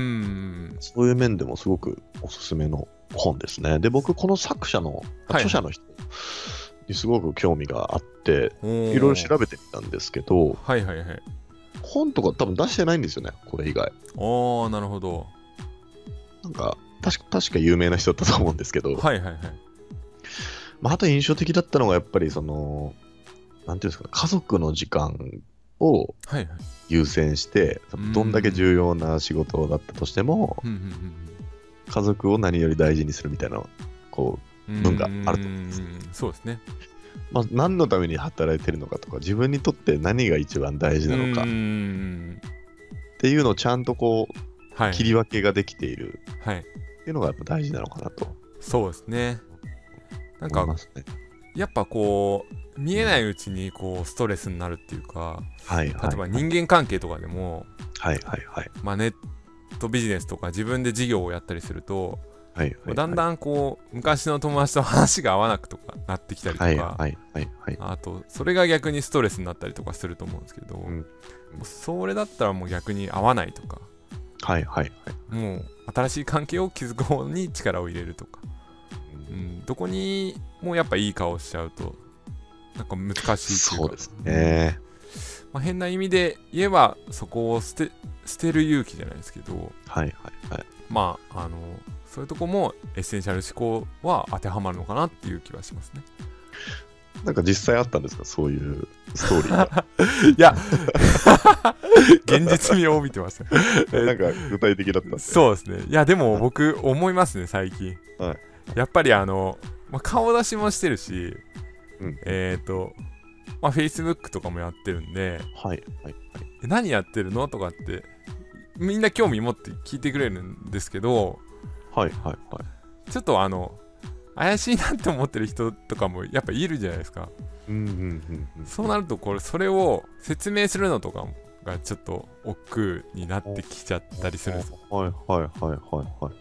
そういう面でもすごくおすすめの本ですね。で僕この作者の、はい、著者の人にすごく興味があっていろいろ調べてみたんですけど、はいはいはい、本とか多分出してないんですよねこれ以外。 ああなるほど。 なんか確か確か有名な人だったと思うんですけど、はいはいはい。まあ、あと印象的だったのがやっぱりそのなんていうんですかね、家族の時間を優先して、はいはい、どんだけ重要な仕事だったとしても、うんうんうん、家族を何より大事にするみたいなこう文があると思うんです。 そうですね。 まあ、何のために働いてるのかとか自分にとって何が一番大事なのかっていうのをちゃんとこう、はい、切り分けができているっていうのがやっぱ大事なのかなと。 そうですね。なんか、ね、やっぱこう見えないうちにこうストレスになるっていうか、はいはいはい、例えば人間関係とかでも、はいはいはいまあ、ネットビジネスとか自分で事業をやったりするとはいはいはい、だんだんこう昔の友達と話が合わなくとかなってきたりとか、はいはいはいはい、あとそれが逆にストレスになったりとかすると思うんですけど、うん、もうそれだったらもう逆に合わないとか、はいはいはい、もう新しい関係を築く方に力を入れるとか、うん、どこにもやっぱいい顔しちゃうとなんか難しいっていうか、そうですね、まあ、変な意味で言えばそこを捨て、捨てる勇気じゃないですけど、はいはいはい、まああのそういうとこもエッセンシャル思考は当てはまるのかなっていう気はしますね。 なんか実際あったんですかそういうストーリーが。 いや現実味を帯びてました。 なんか具体的だったんです、 ね、そうですね。いやでも僕思いますね最近、はい、やっぱりあの、まあ、顔出しもしてるし、うん、えっ、ー、とまあ Facebook とかもやってるんで、はいはいはい、何やってるのとかってみんな興味持って聞いてくれるんですけど、はいはいはい、ちょっとあの怪しいなって思ってる人とかもやっぱいるじゃないですか、うんうんうんうん、そうなるとこれそれを説明するのとかがちょっと億劫になってきちゃったりするんですよ。はいはいはいはいはい。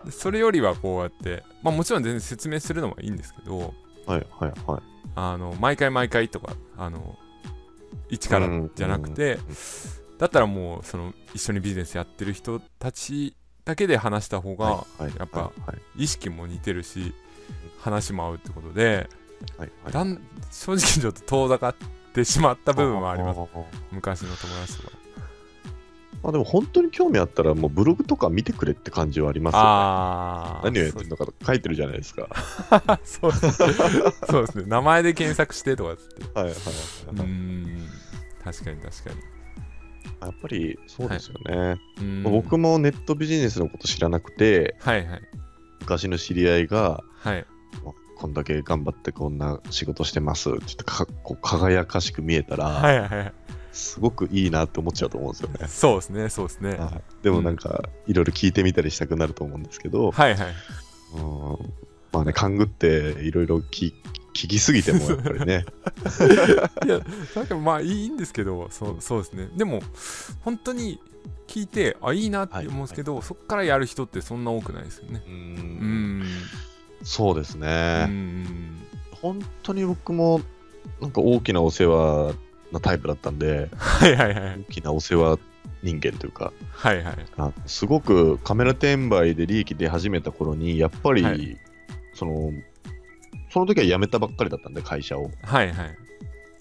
それよりはこうやって、まあ、もちろん全然説明するのはいいんですけど、はいはいはい、あの毎回毎回とかあの一からじゃなくて、だったらもうその一緒にビジネスやってる人たちだけで話した方がやっぱ意識も似てるし話も合うってことで、だん正直ちょっと遠ざかってしまった部分はあります。昔の友達とか。 まあでも本当に興味あったらもうブログとか見てくれって感じはありますよね。あ何をやってるのかとか書いてるじゃないですか。 そうですね。そうですね。名前で検索してとかっつって。はいはいはい。うーん確かに確かに。 やっぱりそうですよね、はい、僕もネットビジネスのこと知らなくて、はいはい、昔の知り合いが、はい、こんだけ頑張ってこんな仕事してますって言ってかこう輝かしく見えたら、はいはい、すごくいいなって思っちゃうと思うんですよね。 そうですねそうですね、 はい、でもなんかいろいろ聞いてみたりしたくなると思うんですけど、はいはい、うんまあね勘ぐっていろいろ聞聞きすぎてもやっぱりねいやなんかまあいいんですけど そ, そうですね。でも本当に聞いてあいいなって思うんですけど、はいはい、そっからやる人ってそんな多くないですよね。うーんうんそうですね。うん本当に僕もなんか大きなお世話なタイプだったんではいはい、はい、大きなお世話人間というか、はいはい、あすごくカメラ転売で利益出始めた頃にやっぱり、はい、そのその時は辞めたばっかりだったんで会社を、はいはい、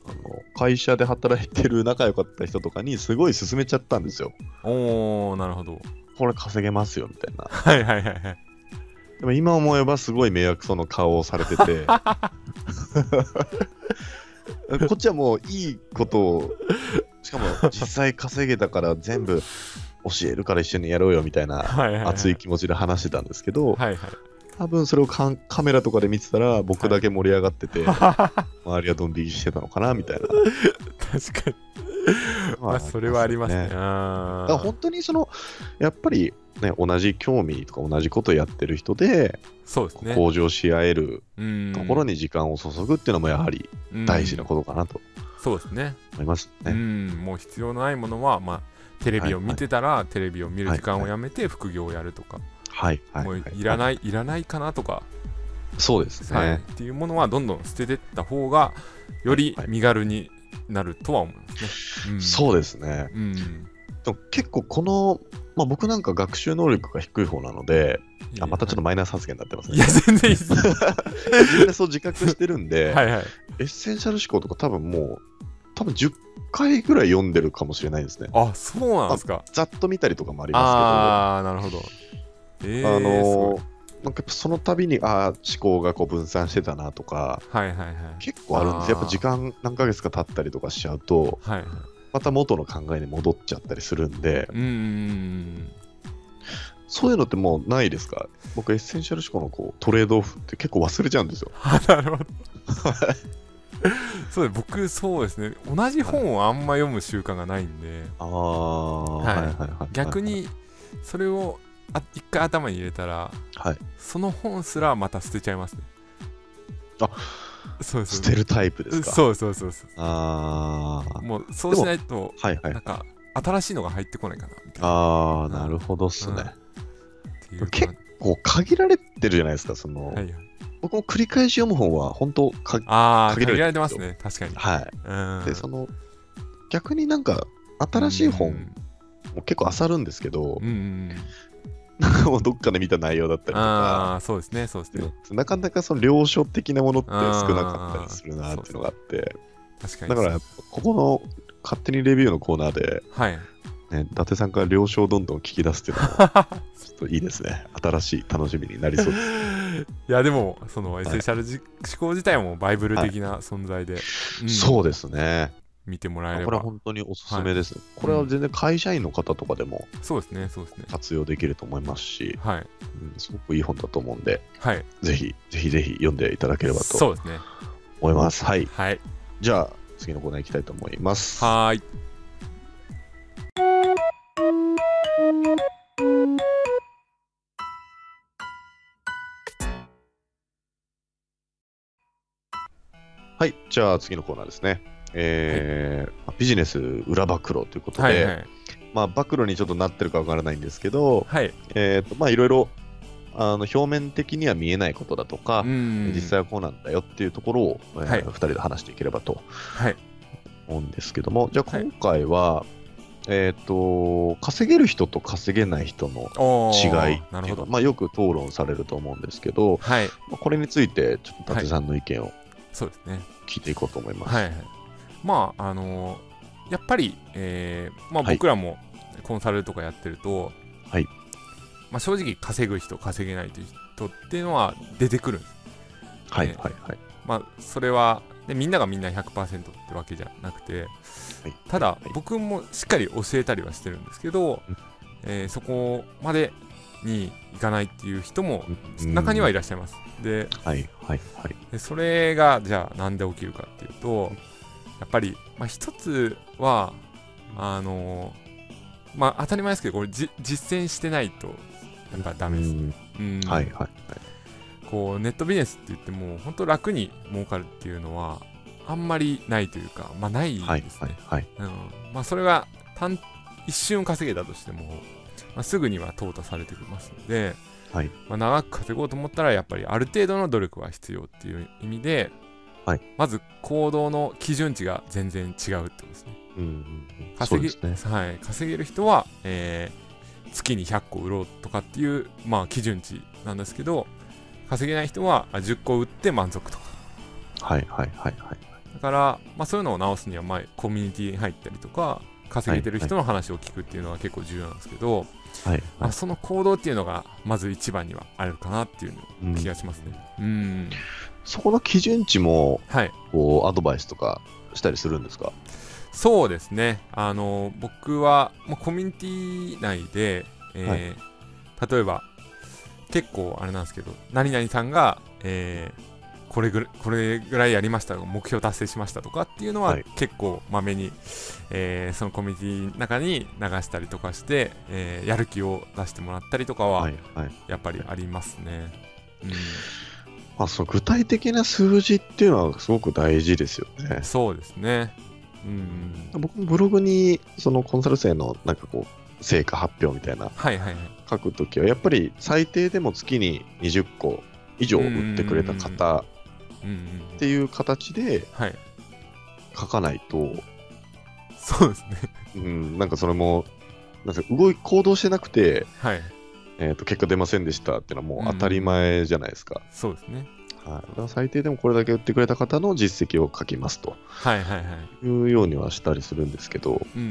あの会社で働いてる仲良かった人とかにすごい勧めちゃったんですよ。 おー、なるほど。 これ稼げますよみたいな。 はいはいはいはい。 でも今思えばすごい迷惑そうな顔をされててこっちはもういいことを、しかも実際稼げたから全部教えるから一緒にやろうよみたいな熱い気持ちで話してたんですけど、はいはい、多分それをカメラとかで見てたら僕だけ盛り上がってて、はい、周りはドン引きしてたのかなみたいな。 確かにまあそれはありますね。 あ、だから本当にそのやっぱりね、同じ興味とか同じことやってる人で、 そうですね、 向上し合えるところに時間を注ぐっていうのもやはり大事なことかなとそうですね思いますね。 うん、もう必要ないものは、まあ、テレビを見てたら、はいはい、テレビを見る時間をやめて副業をやるとか、 はいはい、 もういらない、いらないかなとか、 そうですね、 はい、っていうものはどんどん捨てていった方がより身軽になるとは思うんですね。うん、 そうですね、うん、でも結構この、まあ、僕なんか学習能力が低い方なので、あ、またちょっとマイナス発言になってますね。 いや全然いいです自分でそう自覚してるんではい、はい、 エッセンシャル思考とか多分もう多分じゅっかいぐらい読んでるかもしれないですね。 あ、そうなんですか。 ざっと見たりとかもありますけど。 ああ、なるほど。 えー、あのー、なんかその度にあ思考がこう分散してたなとか、 はいはいはい、 結構あるんです。やっぱ時間何ヶ月か経ったりとかしちゃうと、はいはい、また元の考えに戻っちゃったりするんで、うんうん、そういうのってもうないですか？僕エッセンシャル思考のこうトレードオフって結構忘れちゃうんですよ。 なるほどそうです、僕そうですね、同じ本をあんま読む習慣がないんで、逆にそれをあ一回頭に入れたら、はい、その本すらまた捨てちゃいますね。 あ、そうです、ね、捨てるタイプですか？ そうそうそうそう。 ああ、もうそうしないと、はいはい、なんか新しいのが入ってこないかなみたいな。 ああ、なるほどっすね。うん、結構限られてるじゃないですか、その、はいはい、僕も繰り返し読む本は本当かあ限られてますね、確かに。 はい。うん、で、その逆になんか新しい本も結構漁るんですけど、うんうん、なんかもうどっかで見た内容だったりとか、 あそうですね、そうですね。 なかなかその領書的なものって少なかったりするなっていうのがあって、確かにだからここの勝手にレビューのコーナーで、はいね、伊達さんから領書をどんどん聞き出すっていうのもちょっといいですね。新しい楽しみになりそうです。 いやでもそのエッセンシャル思考自体もバイブル的な存在で、はいうん、そうですね。 見てもらえればこれは本当におすすめです、はい、これは全然会社員の方とかでもそうですね、そうですね、 活用できると思いますし、 はい、 うん、すごくいい本だと思うんで、 はい、 ぜひぜひぜひ読んでいただければとそうですね思います。はい、 はい、 じゃあ次のコーナー行きたいと思います。 はい。 はい、じゃあ次のコーナーですね。えーはい、ビジネス裏暴露ということで、はいはい、まあ、暴露にちょっとなってるかわからないんですけど、はい、えーとまあ、いろいろあの表面的には見えないことだとか、実際はこうなんだよっていうところを、えーはい、ふたりで話していければと思うんですけども、じゃあ今回は、はい、えーと稼げる人と稼げない人の違いっていうのは、まあ、よく討論されると思うんですけど、はい、まあ、これについてちょっと伊達さんの意見を、 そうですね、 聞いていこうと思います。 はいはい、まああのー、やっぱり、えーまあ、僕らもコンサルとかやってると、はい、まあ、正直稼ぐ人稼げないという人っていうのは出てくるんです。 はいはいはい。 まあそれはでみんながみんな ひゃくパーセント ってわけじゃなくて、はい、ただ、はい、僕もしっかり教えたりはしてるんですけど、うん、えー、そこまでにいかないっていう人も中にはいらっしゃいます。で、はいはいはい、でそれがじゃあなんで起きるかっていうと、やっぱり、まあ、一つはあのー、まあ当たり前ですけどこれじ実践してないとやっぱダメです。うんうんはいはいはい、こうネットビジネスって言っても本当楽に儲かるっていうのはあんまりないというか、まあないですね。はいはいはい、うん、まあそれが単一瞬稼げたとしても、まあ、すぐには淘汰されてきますので、はい、まあ、長く稼ごうと思ったらやっぱりある程度の努力は必要っていう意味で、はい、まず行動の基準値が全然違うってことですね。うんうんうん、稼げ、そうですね、はい、稼げる人は、えー、月にひゃっこ売ろうとかっていう、まあ、基準値なんですけど、稼げない人はじゅっこ売って満足とか。はいはいはいはい。だかから、まあ、そういうのを直すには、まあ、コミュニティに入ったりとか稼げてる人の話を聞くっていうのは結構重要なんですけど、はいはい、まあ、その行動っていうのがまず一番にはあるかなっていう気がしますね。うん、うん、 そこの基準値も、はい、こうアドバイスとかしたりするんですか？ そうですね、あの僕はもうコミュニティ内で、えーはい、例えば結構あれなんですけど、何々さんが、えー、これぐらい、これぐらいやりました、目標達成しましたとかっていうのは、はい、結構まめに、えー、そのコミュニティの中に流したりとかして、えー、やる気を出してもらったりとかは、はいはい、やっぱりありますね。うん、 まあ、その具体的な数字っていうのはすごく大事ですよね。 そうですね。うん、僕もブログにそのコンサル生のなんかこう成果発表みたいな書くときはやっぱり最低でも月ににじゅっこ以上売ってくれた方っていう形で書かないと、 そうですね、 うん、なんかそれもなんか動い行動してなくて、はい、えーと結果出ませんでしたっていうのはもう当たり前じゃないですか。 そうですね。 はい、だから最低でもこれだけ売ってくれた方の実績を書きますと、はいはいはい、いうようにはしたりするんですけど、うんうんうん、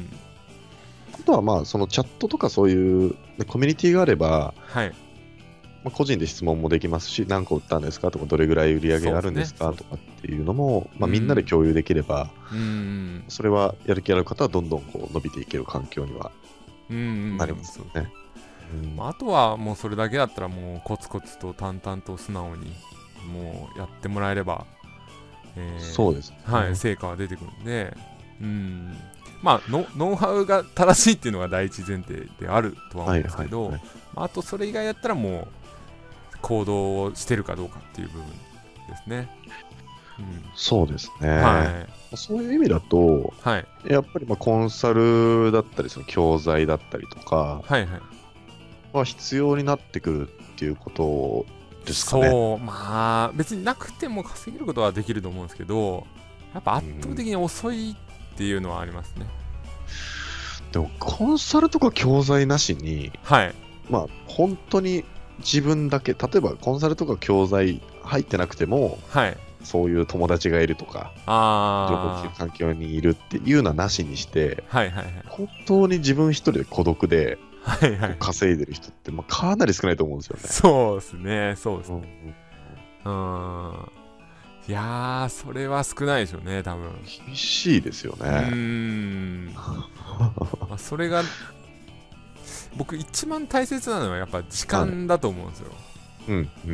あとはまあそのチャットとかそういうコミュニティがあれば、はい、まあ、個人で質問もできますし、何個売ったんですかとか、どれぐらい売り上げがあるんですかとかっていうのも、まあ、みんなで共有できれば、うん、それはやる気ある方はどんどんこう伸びていける環境にはなりますよね。 うん、あとはもうそれだけだったらもうコツコツと淡々と素直にもうやってもらえれば、 えー、そうですね、 はい、成果は出てくるんで、うん、まあ ノ, ノウハウが正しいっていうのが第一前提であるとは思うんですけど、はいはいはい、あとそれ以外だったらもう行動をしてるかどうかっていう部分ですね。 うん、そうですね、はい、そういう意味だと、はい、やっぱりまあコンサルだったりその教材だったりとか、はいはい、は必要になってくるっていうことですかね。 そう、まあ別になくても稼げることはできると思うんですけど、やっぱ圧倒的に遅いっていうのはありますね。 うん、でもコンサルとか教材なしに、はい、まあ本当に自分だけ、例えばコンサルとか教材入ってなくても、はい、そういう友達がいるとか、あ情報環境にいるっていうのはなしにして、はいはいはい、本当に自分一人で孤独ではいはい、稼いでる人って、まあ、かなり少ないと思うんですよね。 そうですね、そうですね。うん、うん、いやー、それは少ないでしょうね、多分。 厳しいですよね。うーんまあそれが僕一番大切なのはやっぱ時間だと思うんですよ。はい、うんうん、うん、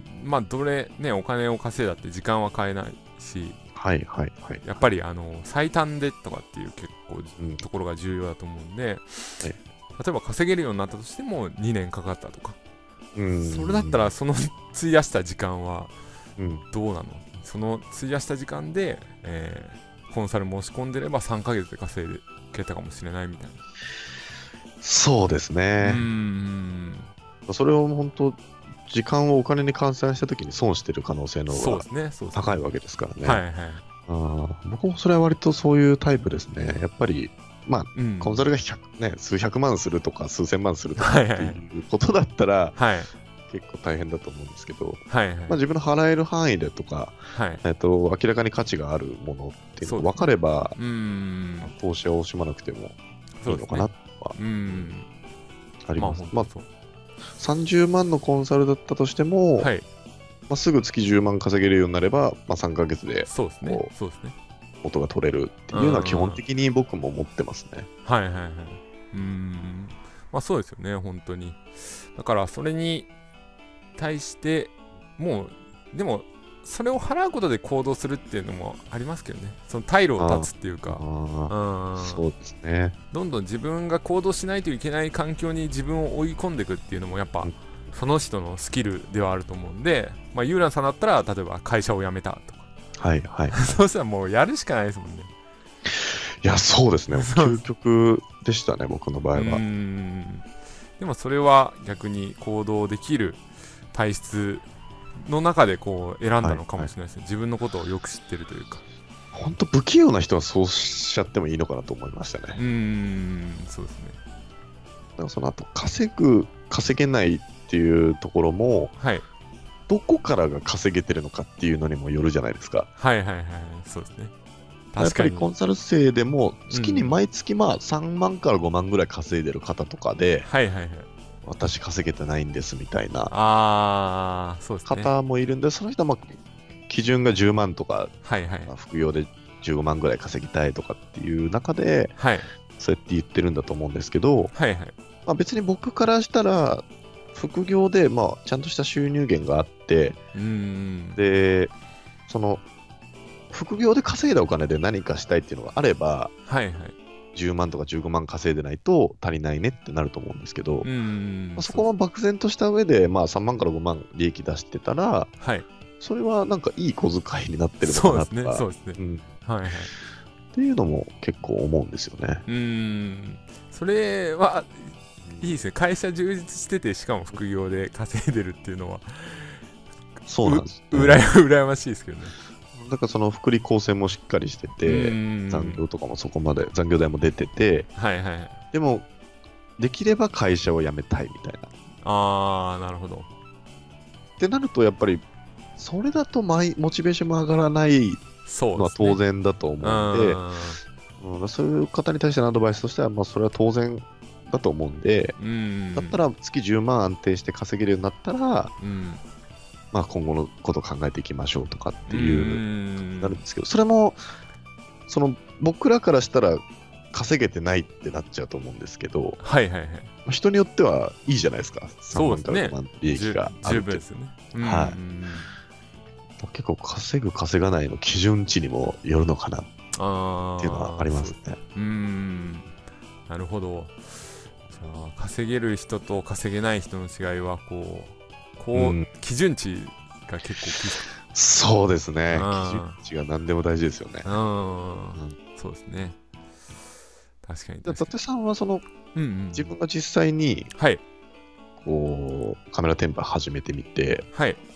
まあどれねお金を稼いだって時間は買えないし、はいはいはい、やっぱりあの最短でとかっていう結構、うん、ところが重要だと思うんで、はい、例えば稼げるようになったとしてもにねんかかったとか、うんそれだったらその費やした時間はどうなの、うん、その費やした時間で、えー、コンサル申し込んでればさんかげつで稼いでけたかもしれないみたいな。 そうですね。うんそれを本当時間をお金に換算したときに損してる可能性の方が高いわけですからね。はいはい、あ僕もそれは割とそういうタイプですね。やっぱりまあ、うん、コンサルがひゃく、ね、数百万するとか数千万するとかっていうことだったら、はいはい、結構大変だと思うんですけど、はいはいまあ、自分の払える範囲でとか、はいえっと、明らかに価値があるものっていうのが分かれば、う、ん投資は惜しまなくてもいいのかなとは、ね、うんあります。まあまあ、さんじゅうまんのコンサルだったとしても、はいまあ、すぐ月じゅうまん稼げるようになれば、まあ、さんかげつでそうですね。そうですね。元が取れるっていうのは基本的に僕も思ってますね。はいはいはい。うん。まあそうですよね、本当に。だからそれに対してもう、でもそれを払うことで行動するっていうのもありますけどね。その退路を断つっていうか。ああそうですね。どんどん自分が行動しないといけない環境に自分を追い込んでいくっていうのもやっぱ、うん、その人のスキルではあると思うんで、まあユーランさんだったら例えば会社を辞めたとか。はいはい、そうしたらもうやるしかないですもんね。いやそうですね究極でしたね僕の場合は。うんでもそれは逆に行動できる体質の中でこう選んだのかもしれないですね、はいはい、自分のことをよく知ってるというか。本当不器用な人はそうしちゃってもいいのかなと思いましたね。うーんそうですね。だからその後稼ぐ稼げないっていうところも、はいどこからが稼げてるのかっていうのにもよるじゃないですか。 はいはいはい、そうですね。 やっぱりコンサル生でも月に毎月まあさんまんからごまんぐらい稼いでる方とかで、 はいはいはい、 私稼げてないんですみたいなあそうです、ね、 方もいるんで、その人はまあ基準がじゅうまんとか、 はいはい、 まあ、副業でじゅうごまんぐらい稼ぎたいとかっていう中で、 はい、 そうやって言ってるんだと思うんですけど、 はいはい、 まあ、別に僕からしたら副業でまあちゃんとした収入源があって、 うん、 でその副業で稼いだお金で何かしたいっていうのがあれば、 はいはい、 じゅうまんとかじゅうごまん稼いでないと足りないねってなると思うんですけど、 うんまあ、そこも漠然とした上で、まあ、さんまんからごまん利益出してたら、 はい、 それはなんかいい小遣いになってるのかなとか、 そうですね、そうですね、うん、はいはい、 っていうのも結構思うんですよね。 うーん、それはいいですね。会社充実してて、しかも副業で稼いでるっていうのは、 そうなんです、 ね、うらや羨ましいですけどね。 だからその福利厚生もしっかりしてて、残業とかもそこまで残業代も出てて、 はいはい、 でもできれば会社を辞めたいみたいな。 あー、なるほど。 ってなるとやっぱりそれだとマイモチベーションも上がらないのは当然だと思うんで、うん、そういう方に対してのアドバイスとしては、まあ、それは当然だと思うんで、うん、だったら月じゅうまん安定して稼げるようになったら、うん、まあ、今後のことを考えていきましょうとかっていうなるんですけど、それもその僕らからしたら稼げてないってなっちゃうと思うんですけど、 はいはいはい、 人によってはいいじゃないですか、さんまんからごまん利益があるって。 十分ですよね。 はい、結構稼ぐ稼がないの基準値にもよるのかなっていうのはありますね。 うーん、なるほど。じゃあ稼げる人と稼げない人の違いはこうこう、うん、基準値が結構大きい。 そうですね、基準値が何でも大事ですよね。うん、 そうですね。確かに。 伊達さんはその、うんうん、自分が実際に、はい、こうカメラ転売始めてみて、はい、